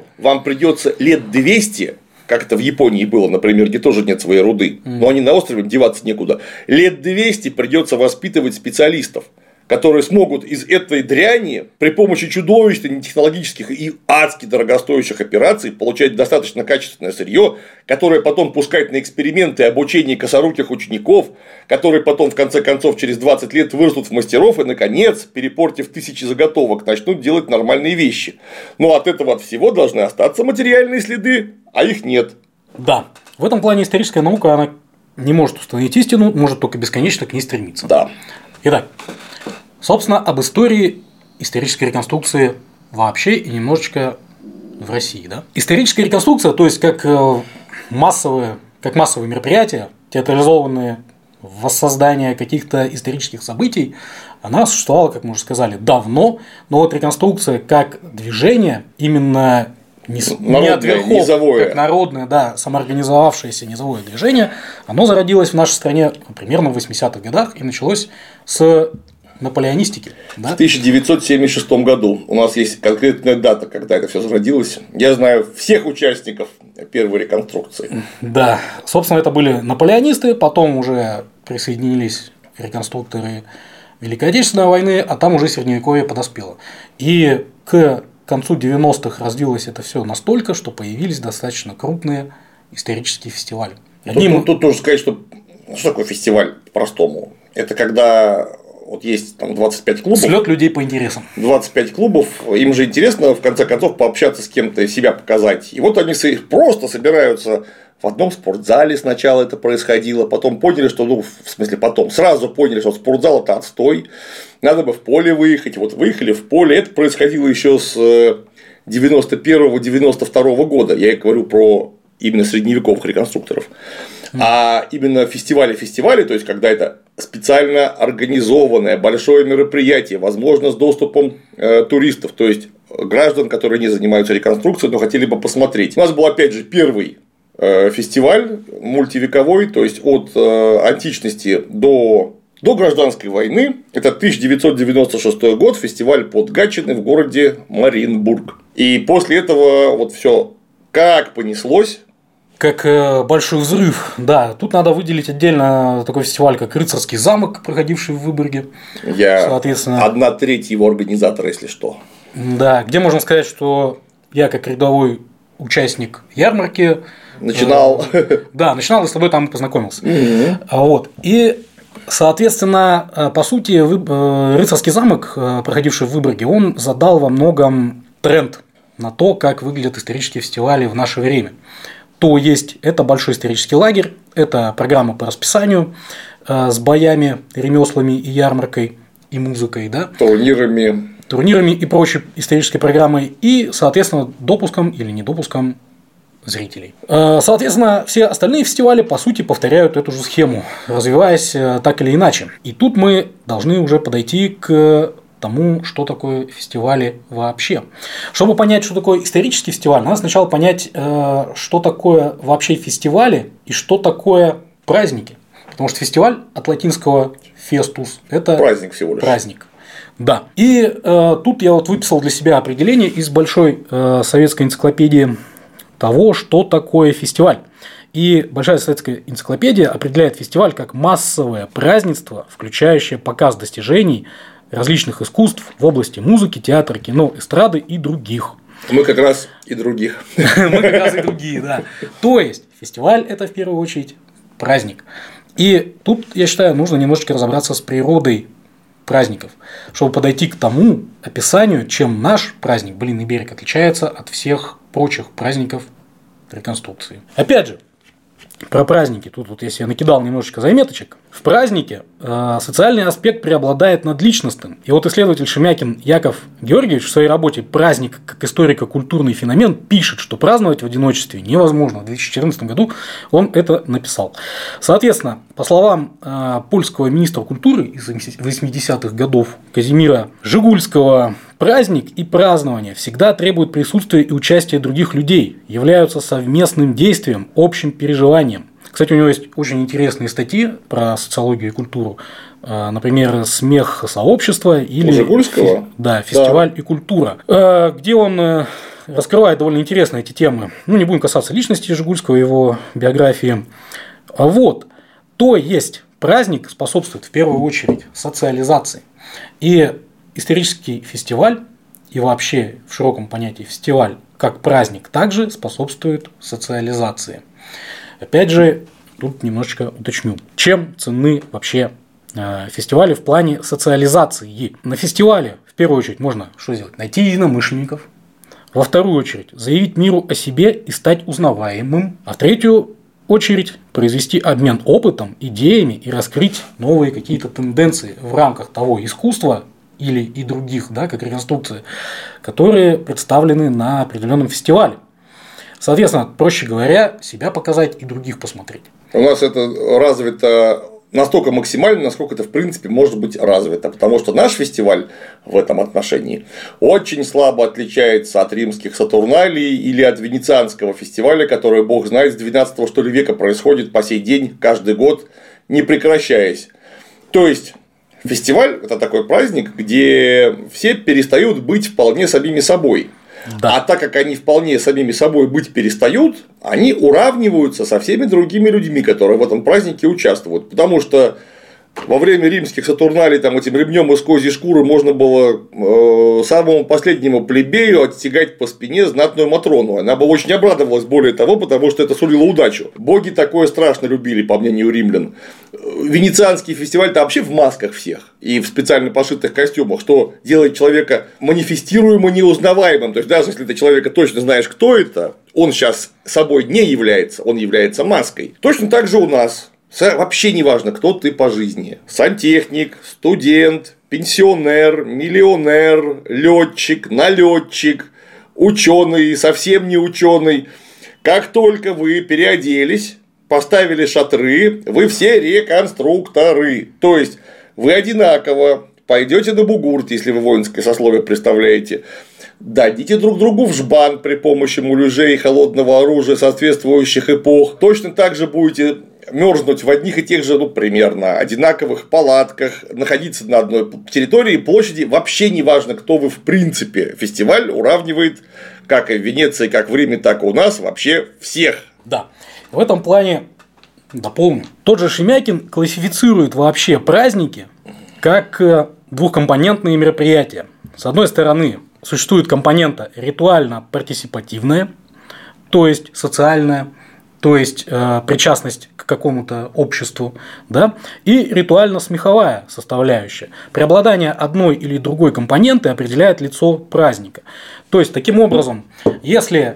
лет 200, как это в Японии было, например, где тоже нет своей руды, но они на острове, деваться некуда, лет 200 придется воспитывать специалистов, которые смогут из этой дряни при помощи чудовищных технологических и адски дорогостоящих операций получать достаточно качественное сырье, которое потом пускать на эксперименты и обучение косоруких учеников, которые потом, в конце концов, через 20 лет вырастут в мастеров и, наконец, перепортив тысячи заготовок, начнут делать нормальные вещи. Но от этого от всего должны остаться материальные следы, а их нет. Да. В этом плане историческая наука, она не может установить истину, может только бесконечно к ней стремиться. Да. Итак, собственно, об истории исторической реконструкции вообще и немножечко в России. Да? Историческая реконструкция, то есть как массовые мероприятия, театрализованные воссоздание каких-то исторических событий, она существовала, как мы уже сказали, давно, но вот реконструкция как движение, именно не от верхов, низовое. Как народное, да, самоорганизовавшееся низовое движение, оно зародилось в нашей стране примерно в 80-х годах и началось с наполеонистики. Да? В 1976 году. У нас есть конкретная дата, когда это все зародилось. Я знаю всех участников первой реконструкции. Да, собственно, это были наполеонисты, потом уже присоединились реконструкторы Великой Отечественной войны, а там уже Средневековье подоспело. И к концу 90-х развилось это все настолько, что появились достаточно крупные исторические фестивали. Тут нужно сказать, что такое фестиваль по-простому? Это когда вот есть там 25 клубов. Слет людей по интересам. 25 клубов, им же интересно в конце концов пообщаться с кем-то, себя показать. И вот они просто собираются в одном спортзале сначала это происходило, потом поняли, что, сразу поняли, что спортзал это отстой, надо бы в поле выехать, вот выехали в поле, это происходило еще с 91-92 года, я говорю про именно средневековых реконструкторов, а именно фестивали, то есть когда это специально организованное большое мероприятие, возможно, с доступом туристов, то есть граждан, которые не занимаются реконструкцией, но хотели бы посмотреть. У нас был опять же первый фестиваль мультивековой, то есть от античности до гражданской войны. Это 1996 год, фестиваль под Гатчиной в городе Мариенбург. И после этого вот все как понеслось. Как большой взрыв, да. Тут надо выделить отдельно такой фестиваль, как Рыцарский замок, проходивший в Выборге. Я 1/3 его организатора, если что. Да, где можно сказать, что я как рядовой участник ярмарки начинал. Да, начинал и с тобой там познакомился. Вот. И, соответственно, по сути, Рыцарский замок, проходивший в Выборге, он задал во многом тренд на то, как выглядят исторические фестивали в наше время. То есть это большой исторический лагерь, это программа по расписанию с боями, ремеслами и ярмаркой и музыкой, да? Турнирами и прочей исторической программой, и, соответственно, допуском или недопуском зрителей. Соответственно, все остальные фестивали, по сути, повторяют эту же схему, развиваясь так или иначе. И тут мы должны уже подойти к тому, что такое фестивали вообще. Чтобы понять, что такое исторический фестиваль, надо сначала понять, что такое вообще фестивали и что такое праздники. Потому что фестиваль от латинского festus – это праздник всего лишь. Праздник. Да. И тут я вот выписал для себя определение из большой советской энциклопедии того, что такое фестиваль. И Большая советская энциклопедия определяет фестиваль как массовое празднество, включающее показ достижений различных искусств в области музыки, театра, кино, эстрады и других. Мы как раз и других. Мы как раз и другие, да. То есть фестиваль – это в первую очередь праздник. И тут, я считаю, нужно немножечко разобраться с природой праздников, чтобы подойти к тому описанию, чем наш праздник «Былинный берег» отличается от всех прочих праздников реконструкции. Опять же, про праздники. Тут вот я себе накидал немножечко заметочек. В празднике социальный аспект преобладает над личностным. И вот исследователь Шемякин Яков Георгиевич в своей работе «Праздник как историко-культурный феномен» пишет, что праздновать в одиночестве невозможно. В 2014 году он это написал. Соответственно, по словам польского министра культуры из 80-х годов Казимира Жигульского, праздник и празднование всегда требуют присутствия и участия других людей, являются совместным действием, общим переживанием. Кстати, у него есть очень интересные статьи про социологию и культуру. Например, «Смех сообщества» или Жигульского? «Фестиваль и культура», где он раскрывает довольно интересно эти темы. Ну, не будем касаться личности Жигульского, его биографии. Вот. То есть праздник способствует в первую очередь социализации. И исторический фестиваль и вообще в широком понятии фестиваль как праздник также способствует социализации. Опять же, тут немножечко уточню, чем ценны вообще фестивали в плане социализации. На фестивале в первую очередь можно что сделать? Найти единомышленников. Во вторую очередь заявить миру о себе и стать узнаваемым. А в третью очередь произвести обмен опытом, идеями и раскрыть новые какие-то тенденции в рамках того искусства или и других, да, как реконструкции, которые представлены на определенном фестивале. Соответственно, проще говоря, себя показать и других посмотреть. У нас это развито настолько максимально, насколько это в принципе может быть развито, потому что наш фестиваль в этом отношении очень слабо отличается от римских Сатурналий или от венецианского фестиваля, который, бог знает, с 12 века происходит по сей день, каждый год, не прекращаясь. То есть Фестиваль – это такой праздник, где все перестают быть вполне самими собой. Да. А так как они вполне самими собой быть перестают, они уравниваются со всеми другими людьми, которые в этом празднике участвуют. Потому что во время римских сатурналей там, этим ремнем из козьей шкуры можно было самому последнему плебею оттягать по спине знатную Матрону. Она бы очень обрадовалась, более того, потому что это сулило удачу. Боги такое страшно любили, по мнению римлян. Венецианский фестиваль-то вообще в масках всех и в специально пошитых костюмах, что делает человека манифестируемо неузнаваемым. То есть, даже если ты человека точно знаешь, кто это, он сейчас собой не является, он является маской. Точно так же у нас. Вообще не важно, кто ты по жизни. Сантехник, студент, пенсионер, миллионер, летчик, налетчик, ученый, совсем не ученый. Как только вы переоделись, поставили шатры, вы все реконструкторы. То есть вы одинаково пойдете на бугурт, если вы воинское сословие представляете. Дадите друг другу в жбан при помощи муляжей и холодного оружия соответствующих эпох. Точно так же будете мерзнуть в одних и тех же, примерно одинаковых палатках, находиться на одной территории, площади. Вообще не важно, кто вы в принципе. Фестиваль уравнивает, как и в Венеции, как в Риме, так и у нас, вообще всех. Да. В этом плане дополню. Тот же Шемякин классифицирует вообще праздники как двухкомпонентные мероприятия. С одной стороны, существует компонента ритуально-партисипативная, то есть социальная, то есть причастность к какому-то обществу, да, и ритуально-смеховая составляющая. Преобладание одной или другой компоненты определяет лицо праздника. То есть, таким образом, если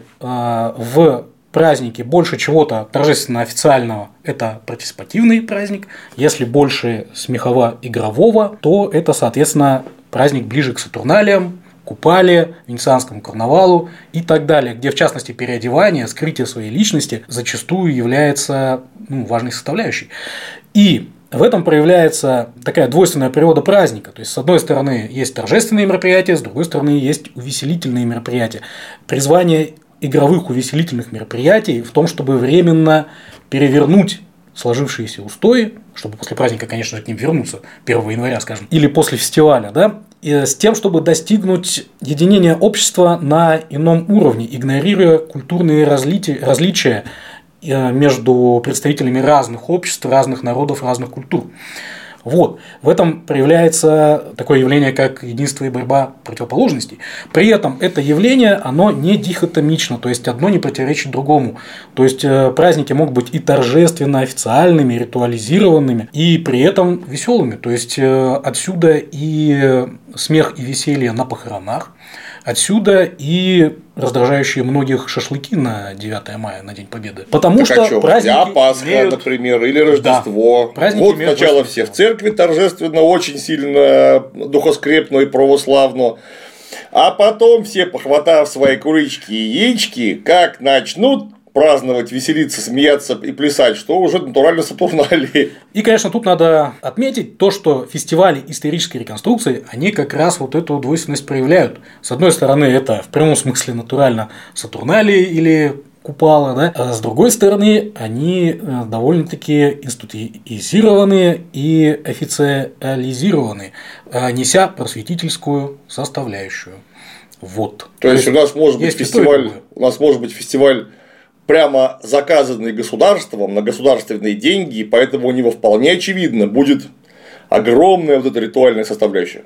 в празднике больше чего-то торжественно-официального, это партисипативный праздник, если больше смехово-игрового, то это, соответственно, праздник ближе к Сатурналиям, Купале, Венецианскому карнавалу и так далее, где, в частности, переодевание, скрытие своей личности зачастую является важной составляющей. И в этом проявляется такая двойственная природа праздника. То есть, с одной стороны, есть торжественные мероприятия, с другой стороны, есть увеселительные мероприятия. Призвание игровых увеселительных мероприятий в том, чтобы временно перевернуть сложившиеся устои, чтобы после праздника, конечно же, к ним вернуться 1 января, скажем, или после фестиваля, да, и с тем, чтобы достигнуть единения общества на ином уровне, игнорируя культурные различия между представителями разных обществ, разных народов, разных культур. Вот. В этом проявляется такое явление, как единство и борьба противоположностей. При этом это явление, оно не дихотомично, то есть одно не противоречит другому. То есть праздники могут быть и торжественно официальными, ритуализированными, и при этом веселыми. То есть отсюда и смех и веселье на похоронах, отсюда и раздражающие многих шашлыки на 9 мая, на День Победы. Потому что праздники Пасха, имеют... например, или Рождество. Да, вот сначала все в церкви торжественно, очень сильно духоскрепно и православно. А потом все, похватав свои курички и яички, как начнут праздновать, веселиться, смеяться и плясать, что уже натурально Сатурналии. И, конечно, тут надо отметить то, что фестивали исторической реконструкции, они как раз вот эту двойственность проявляют. С одной стороны, это в прямом смысле натурально Сатурналии или Купала, да? А с другой стороны, они довольно-таки институционализированы и официализированы, неся просветительскую составляющую. Вот. То есть у нас может быть фестиваль, прямо заказанный государством на государственные деньги, и поэтому у него вполне очевидно будет огромная вот эта ритуальная составляющая.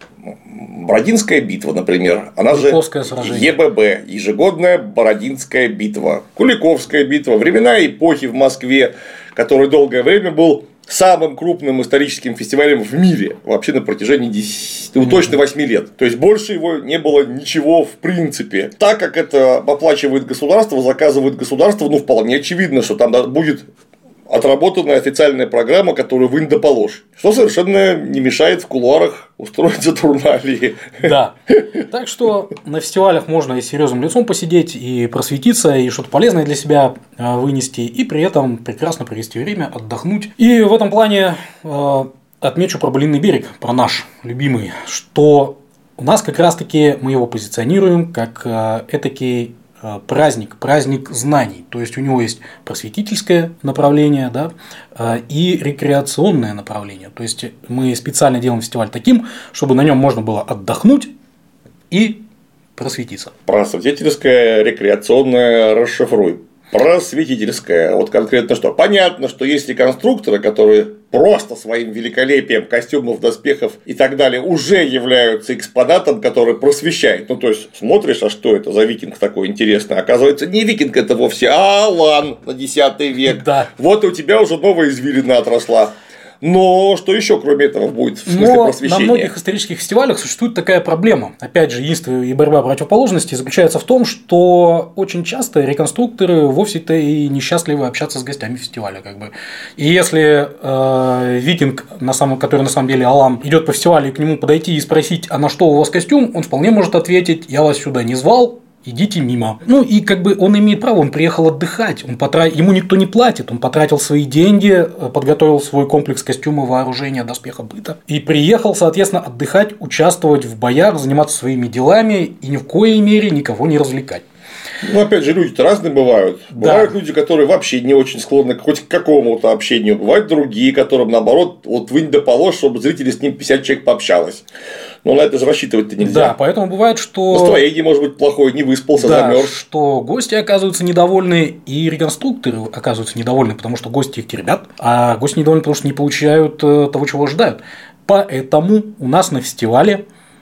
Бородинская битва, например, она же ЕББ, ежегодная Бородинская битва, Куликовская битва, времена эпохи в Москве, который долгое время был самым крупным историческим фестивалем в мире вообще на протяжении точно 8 лет. То есть больше его не было ничего в принципе. Так как это оплачивает государство, заказывает государство, вполне очевидно, что там будет отработанная официальная программа, которую вынь да положь. Что совершенно не мешает в кулуарах устроить Сатурналии. Да. Так что на фестивалях можно и серьезным лицом посидеть, и просветиться, и что-то полезное для себя вынести, и при этом прекрасно провести время, отдохнуть. И в этом плане отмечу про Былинный берег, про наш любимый, что у нас как раз-таки мы его позиционируем как этакий праздник знаний. То есть у него есть просветительское направление, да, и рекреационное направление. То есть мы специально делаем фестиваль таким, чтобы на нем можно было отдохнуть и просветиться. Просветительское, рекреационное расшифруй. Просветительское. Вот конкретно что? Понятно, что есть реконструкторы, которые просто своим великолепием костюмов, доспехов и так далее уже являются экспонатом, который просвещает. Ну, то есть, смотришь, а что это за викинг такой интересный? Оказывается, не викинг это вовсе, а Алан на X век. Да. Вот у тебя уже новая извилина отросла. Но что еще, кроме этого, будет в смысле просвещения? На многих исторических фестивалях существует такая проблема. Опять же, единство и борьба противоположностей заключается в том, что очень часто реконструкторы вовсе-то и несчастливы общаться с гостями фестиваля. Как бы. И если викинг, который на самом деле Алам, идет по фестивалю и к нему подойти и спросить, а на что у вас костюм, он вполне может ответить: я вас сюда не звал, идите мимо. Ну и как бы он имеет право, он приехал отдыхать, ему никто не платит, он потратил свои деньги, подготовил свой комплекс костюма, вооружения, доспеха, быта и приехал, соответственно, отдыхать, участвовать в боях, заниматься своими делами и ни в коей мере никого не развлекать. Ну, опять же, люди-то разные бывают. Да. Бывают люди, которые вообще не очень склонны хоть к какому-то общению. Бывают другие, которым, наоборот, вот вынь да положь, чтобы зрители с ним 50 человек пообщалось. Но на это же рассчитывать-то нельзя. Да, поэтому бывает, что настроение может быть плохое, не выспался, замерз. Что гости оказываются недовольны, и реконструкторы оказываются недовольны, потому что гости их терпят, а гости недовольны, потому что не получают того, чего ожидают. Поэтому у нас на фестивале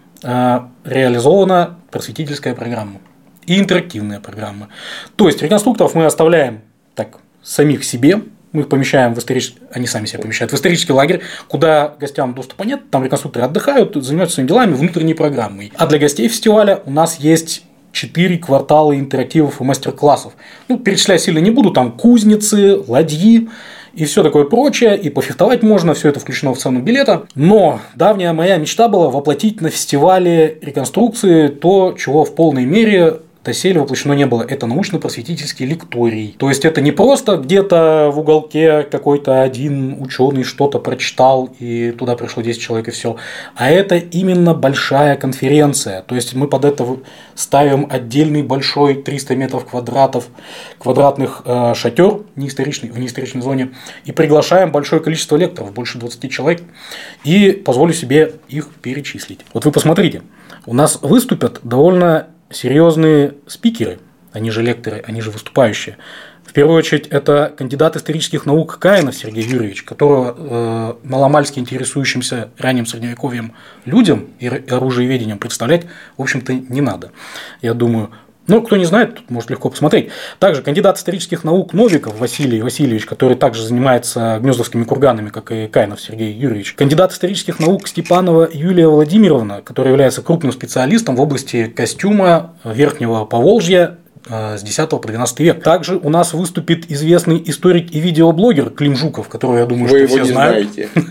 реализована просветительская программа и интерактивная программа. То есть реконструкторов мы оставляем так самих себе. Мы их помещаем в исторический, они сами себя помещают в исторический лагерь, куда гостям доступа нет, там реконструкторы отдыхают, занимаются своими делами, внутренней программой. А для гостей фестиваля у нас есть 4 квартала интерактивов и мастер-классов. Ну, перечислять сильно не буду, там кузницы, ладьи и все такое прочее, и пофехтовать можно, все это включено в цену билета. Но давняя моя мечта была воплотить на фестивале реконструкции то, чего в полной мере доселе воплощено не было. Это научно-просветительский лекторий. То есть это не просто где-то в уголке какой-то один ученый что-то прочитал и туда пришло 10 человек и все. А это именно большая конференция. То есть мы под это ставим отдельный большой 300 метров квадратных шатер в неисторичной зоне и приглашаем большое количество лекторов, больше 20 человек, и позволю себе их перечислить. Вот вы посмотрите, у нас выступят довольно серьезные спикеры, они же лекторы, они же выступающие. В первую очередь, это кандидат исторических наук Каинов Сергей Юрьевич, которого маломальски интересующимся ранним средневековьем людям и оружиеведением представлять, в общем-то, не надо. Я думаю, ну, кто не знает, тут может легко посмотреть. Также кандидат исторических наук Новиков Василий Васильевич, который также занимается гнездовскими курганами, как и Каинов Сергей Юрьевич. Кандидат исторических наук Степанова Юлия Владимировна, которая является крупным специалистом в области костюма Верхнего Поволжья с X по XII век. Также у нас выступит известный историк и видеоблогер Клим Жуков, которого, я думаю, что все знают.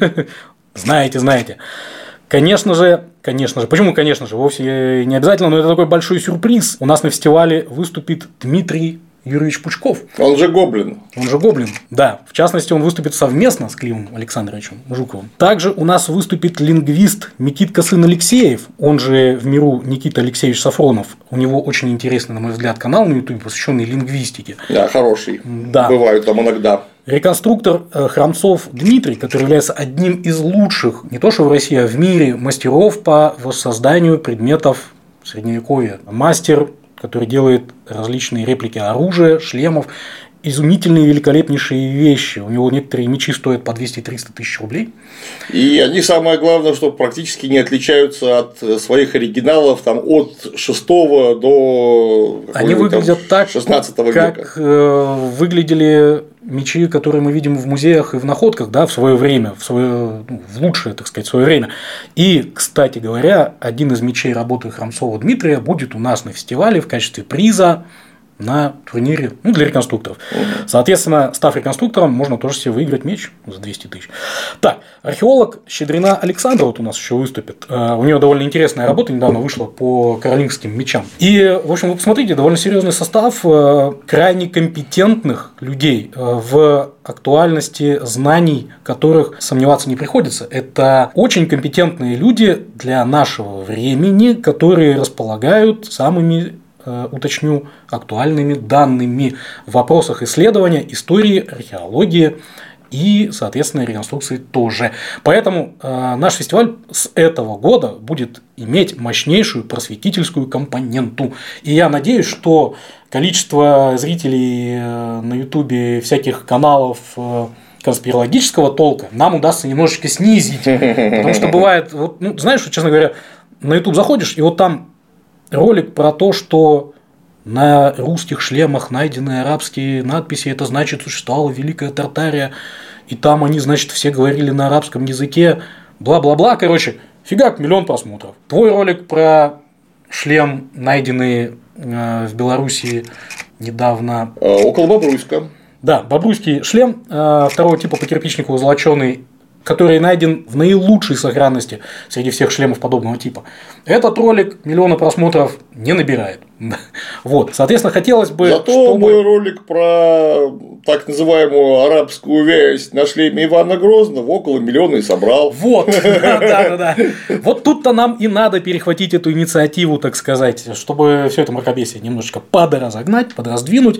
Знаете. Конечно же, почему конечно же, вовсе не обязательно, но это такой большой сюрприз. У нас на фестивале выступит Дмитрий Юрьевич Пучков. Он же Гоблин, да. В частности, он выступит совместно с Климом Александровичем Жуковым. Также у нас выступит лингвист Никитка сын Алексеев, он же в миру Никита Алексеевич Сафронов. У него очень интересный, на мой взгляд, канал на YouTube, посвященный лингвистике. Да, хороший. Да. Бывают там иногда. Реконструктор Храмцов Дмитрий, который является одним из лучших, не то что в России, а в мире, мастеров по воссозданию предметов Средневековья. Мастер, который делает различные реплики оружия, шлемов, изумительные, великолепнейшие вещи. У него некоторые мечи стоят по 200-300 тысяч рублей. И они, самое главное, что практически не отличаются от своих оригиналов там, от 6 до они выглядят так, 16 века. Как выглядели мечи, которые мы видим в музеях и в находках, да, в свое время, в лучшее, так сказать, свое время. И, кстати говоря, один из мечей работы Храмцова Дмитрия будет у нас на фестивале в качестве приза на турнире, для реконструкторов. Соответственно, став реконструктором, можно тоже себе выиграть меч за 200 тысяч. Так, археолог Щедрина Александра вот у нас еще выступит. У нее довольно интересная работа недавно вышла по каролингским мечам. И, в общем, вы посмотрите, довольно серьезный состав крайне компетентных людей в актуальности знаний, которых сомневаться не приходится. Это очень компетентные люди для нашего времени, которые располагают самыми уточню, актуальными данными в вопросах исследования истории, археологии и, соответственно, реконструкции тоже. Поэтому наш фестиваль с этого года будет иметь мощнейшую просветительскую компоненту. И я надеюсь, что количество зрителей на Ютубе всяких каналов конспирологического толка нам удастся немножечко снизить. Потому что бывает, вот, ну, знаешь, честно говоря, на YouTube заходишь, и вот там ролик про то, что на русских шлемах найдены арабские надписи, это значит, существовала Великая Тартария, и там они, значит, все говорили на арабском языке, бла-бла-бла, короче, фигак, 1 000 000 просмотров. Твой ролик про шлем, найденный в Белоруссии недавно. Около Бобруйска. Да, бобруйский шлем второго типа по кирпичнику золоченый, который найден в наилучшей сохранности среди всех шлемов подобного типа. Этот ролик 1 000 000 просмотров не набирает. Вот, соответственно, хотелось бы. Зато чтобы... мой ролик про так называемую арабскую вязь на шлеме Ивана Грозного около 1 000 000 и собрал. Вот, да. Вот тут-то нам и надо перехватить эту инициативу, так сказать, чтобы все это мракобесие немножечко подразогнать, подраздвинуть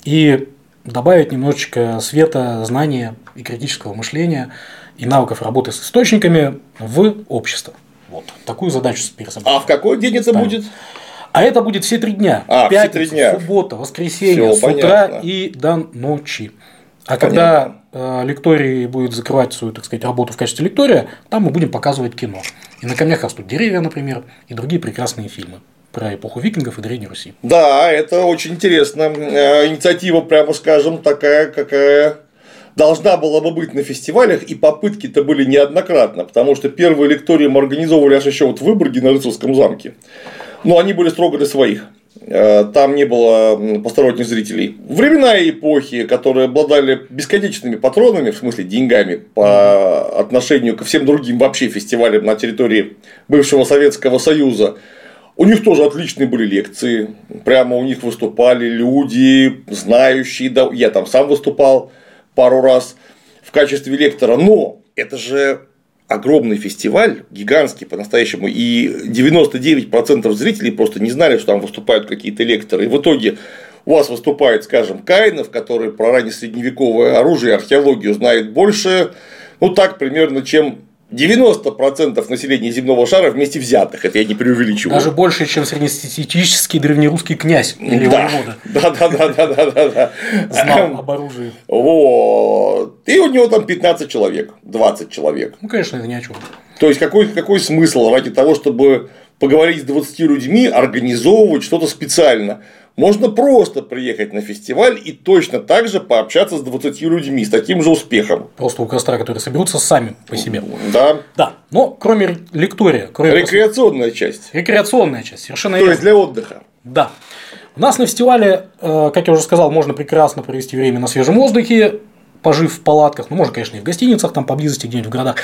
и добавить немножечко света, знания и критического мышления и навыков работы с источниками в общество. Вот. Такую задачу перед собой. А в какой день это будет? А это будет все 3 дня. Все 3 дня. Суббота, воскресенье, Всё, с утра понятно. и до ночи. А Понятно. когда лекторий будет закрывать свою, так сказать, работу в качестве лектория, там мы будем показывать кино. И на камнях растут деревья, например, и другие прекрасные фильмы про эпоху викингов и Древней Руси. Да, это очень интересно. Инициатива, прямо скажем, такая, какая должна была бы быть на фестивалях, и попытки-то были неоднократно, потому что первые лектории мы организовывали аж еще вот в Выборге на Рыцарском замке. Но они были строго для своих. Там не было посторонних зрителей. Времена и эпохи, которые обладали бесконечными патронами, в смысле деньгами, по отношению ко всем другим вообще фестивалям на территории бывшего Советского Союза, у них тоже отличные были лекции. Прямо у них выступали люди, знающие. Да, я там сам выступал пару раз в качестве лектора. Но это же огромный фестиваль, гигантский по-настоящему, и 99% зрителей просто не знали, что там выступают какие-то лекторы. И в итоге у вас выступает, скажем, Каинов, который про раннесредневековое оружие и археологию знает больше, ну так примерно, чем 90% населения земного шара вместе взятых. Это я не преувеличиваю. Даже больше, чем среднестатистический древнерусский князь или воевода. Да. Знал об оружии. Вот. И у него там 15 человек, 20 человек. Ну, конечно, это ни о чем. То есть, какой смысл ради того, чтобы поговорить с 20 людьми, организовывать что-то специально? Можно просто приехать на фестиваль и точно так же пообщаться с 20 людьми с таким же успехом. Просто у костра, которые соберутся сами по себе. Да. Да. Но кроме лектория, Рекреационная часть. Рекреационная часть, совершенно То верно. есть для отдыха. Да. У нас на фестивале, как я уже сказал, можно прекрасно провести время на свежем воздухе, пожив в палатках. Ну, можно, конечно, и в гостиницах, там поблизости, где-нибудь в городах.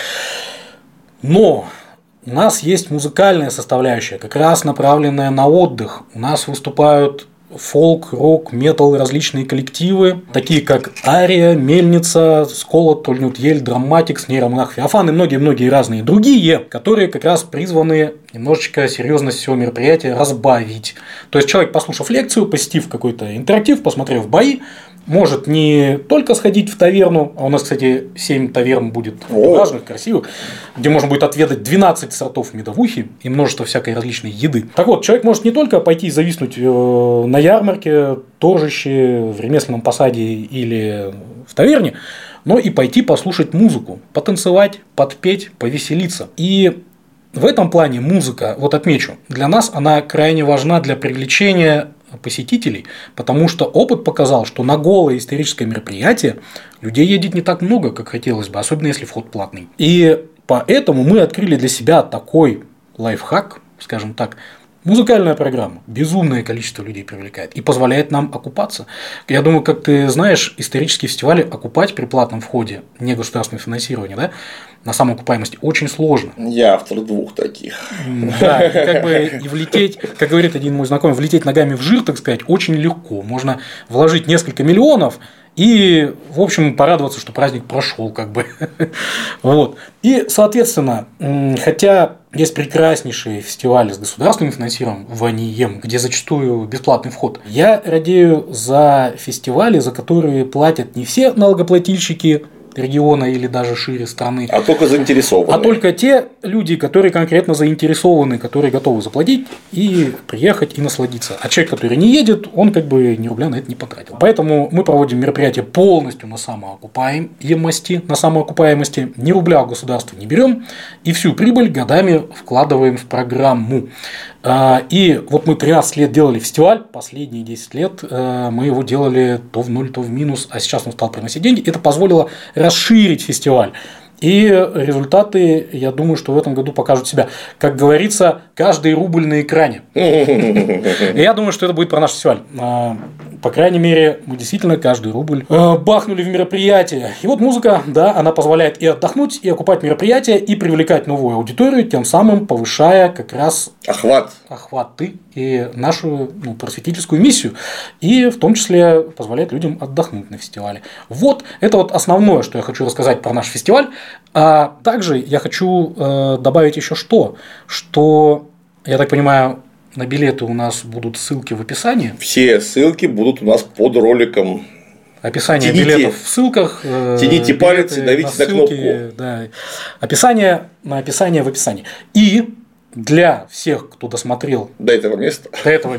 Но у нас есть музыкальная составляющая, как раз направленная на отдых. У нас выступают фолк, рок, метал и различные коллективы, такие как Ария, Мельница, Сколот, Тольнют Ель, Драматикс, Нейромонах, Феофан и многие-многие разные другие, которые как раз призваны немножечко серьезность всего мероприятия разбавить. То есть человек, послушав лекцию, посетив какой-то интерактив, посмотрев бои, может не только сходить в таверну, а у нас, кстати, 7 таверн будет важных, красивых, где можно будет отведать 12 сортов медовухи и множество всякой различной еды. Так вот, человек может не только пойти и зависнуть на ярмарке, торжище, в ремесленном посаде или в таверне, но и пойти послушать музыку, потанцевать, подпеть, повеселиться. И в этом плане музыка, вот отмечу, для нас она крайне важна для привлечения посетителей, потому что опыт показал, что на голое историческое мероприятие людей едет не так много, как хотелось бы, особенно если вход платный. И поэтому мы открыли для себя такой лайфхак, скажем так. Музыкальная программа безумное количество людей привлекает и позволяет нам окупаться. Я думаю, как ты знаешь, исторические фестивали окупать при платном входе, не государственное финансирование, да, на самоокупаемости очень сложно. Я автор 2 таких. Да, и влететь, как говорит один мой знакомый, влететь ногами в жир, так сказать, очень легко. Можно вложить несколько миллионов и, в общем, порадоваться, что праздник прошел, как бы. Вот. И, соответственно, хотя есть прекраснейшие фестивали с государственным финансированием, где зачастую бесплатный вход, я радею за фестивали, за которые платят не все налогоплательщики региона или даже шире страны, а только заинтересованы. А только те люди, которые конкретно заинтересованы, которые готовы заплатить и приехать и насладиться. А человек, который не едет, он как бы ни рубля на это не потратил. Поэтому мы проводим мероприятие полностью на самоокупаемости, ни рубля у государства не берем, и всю прибыль годами вкладываем в программу. И вот мы 13 лет делали фестиваль, последние 10 лет мы его делали то в ноль, то в минус, а сейчас он стал приносить деньги. Это позволило расширить фестиваль. И результаты, я думаю, что в этом году покажут себя. Как говорится, каждый рубль на экране. И я думаю, что это будет про наш фестиваль. По крайней мере, мы действительно каждый рубль бахнули в мероприятие. И вот музыка, да, она позволяет и отдохнуть, и окупать мероприятие, и привлекать новую аудиторию, тем самым повышая как раз охваты и нашу просветительскую миссию. И в том числе позволяет людям отдохнуть на фестивале. Вот это вот основное, что я хочу рассказать про наш фестиваль. А также я хочу добавить еще что, я так понимаю, на билеты у нас будут ссылки в описании. Все ссылки будут у нас под роликом. Описание билетов в ссылках. Тяните палец и давите на кнопку. Да. Описание в описании. И для всех, кто досмотрел до этого места,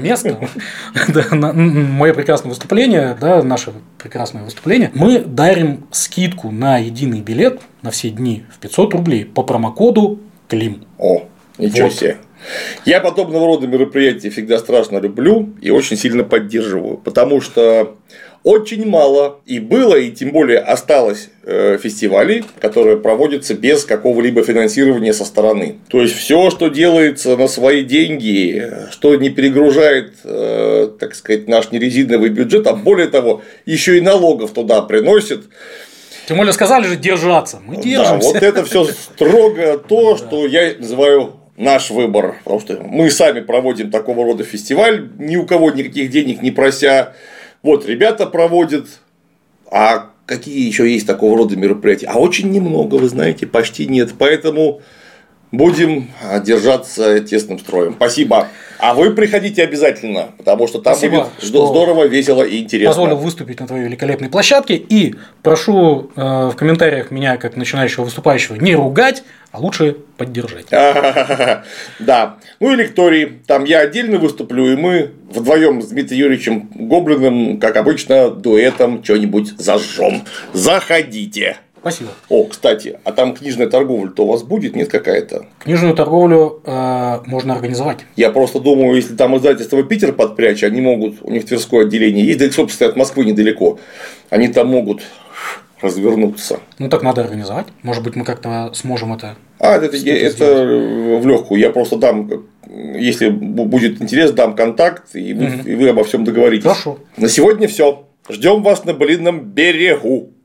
мое прекрасное выступление, наше прекрасное выступление, мы дарим скидку на единый билет на все дни в 500 рублей по промокоду КЛИМ. О, ничего себе. Я подобного рода мероприятия всегда страшно люблю и очень сильно поддерживаю, потому что очень мало и было, и тем более осталось фестивалей, которые проводятся без какого-либо финансирования со стороны. То есть все, что делается на свои деньги, что не перегружает, так сказать, наш нерезиновый бюджет, а более того, еще и налогов туда приносит. Тем более сказали же держаться. Мы держимся. Да, вот это все строго то, что я называю наш выбор, потому что мы сами проводим такого рода фестиваль, ни у кого никаких денег не прося. Вот ребята проводят, а какие еще есть такого рода мероприятия? А очень немного, вы знаете, почти нет. Поэтому будем держаться тесным строем. Спасибо. А вы приходите обязательно, потому что там будет здорово, весело и интересно. Позволил выступить на твоей великолепной площадке. И прошу в комментариях меня, как начинающего выступающего, не ругать, а лучше поддержать. Да. Ну и лекторий. Там я отдельно выступлю, и мы вдвоем с Дмитрием Юрьевичем Гоблиным, как обычно, дуэтом что-нибудь зажжем. Заходите. Спасибо. О, кстати, а там книжная торговля-то у вас будет, нет какая-то? Книжную торговлю можно организовать. Я просто думаю, если там издательство Питер подпрячь, они могут, у них Тверское отделение есть, да и, собственно, от Москвы недалеко, они там могут развернуться. Ну так надо организовать. Может быть, мы как-то сможем это. Это в легкую. Я просто дам, если будет интерес, дам контакт, и вы обо всем договоритесь. Хорошо. На сегодня все. Ждем вас на Былинном берегу.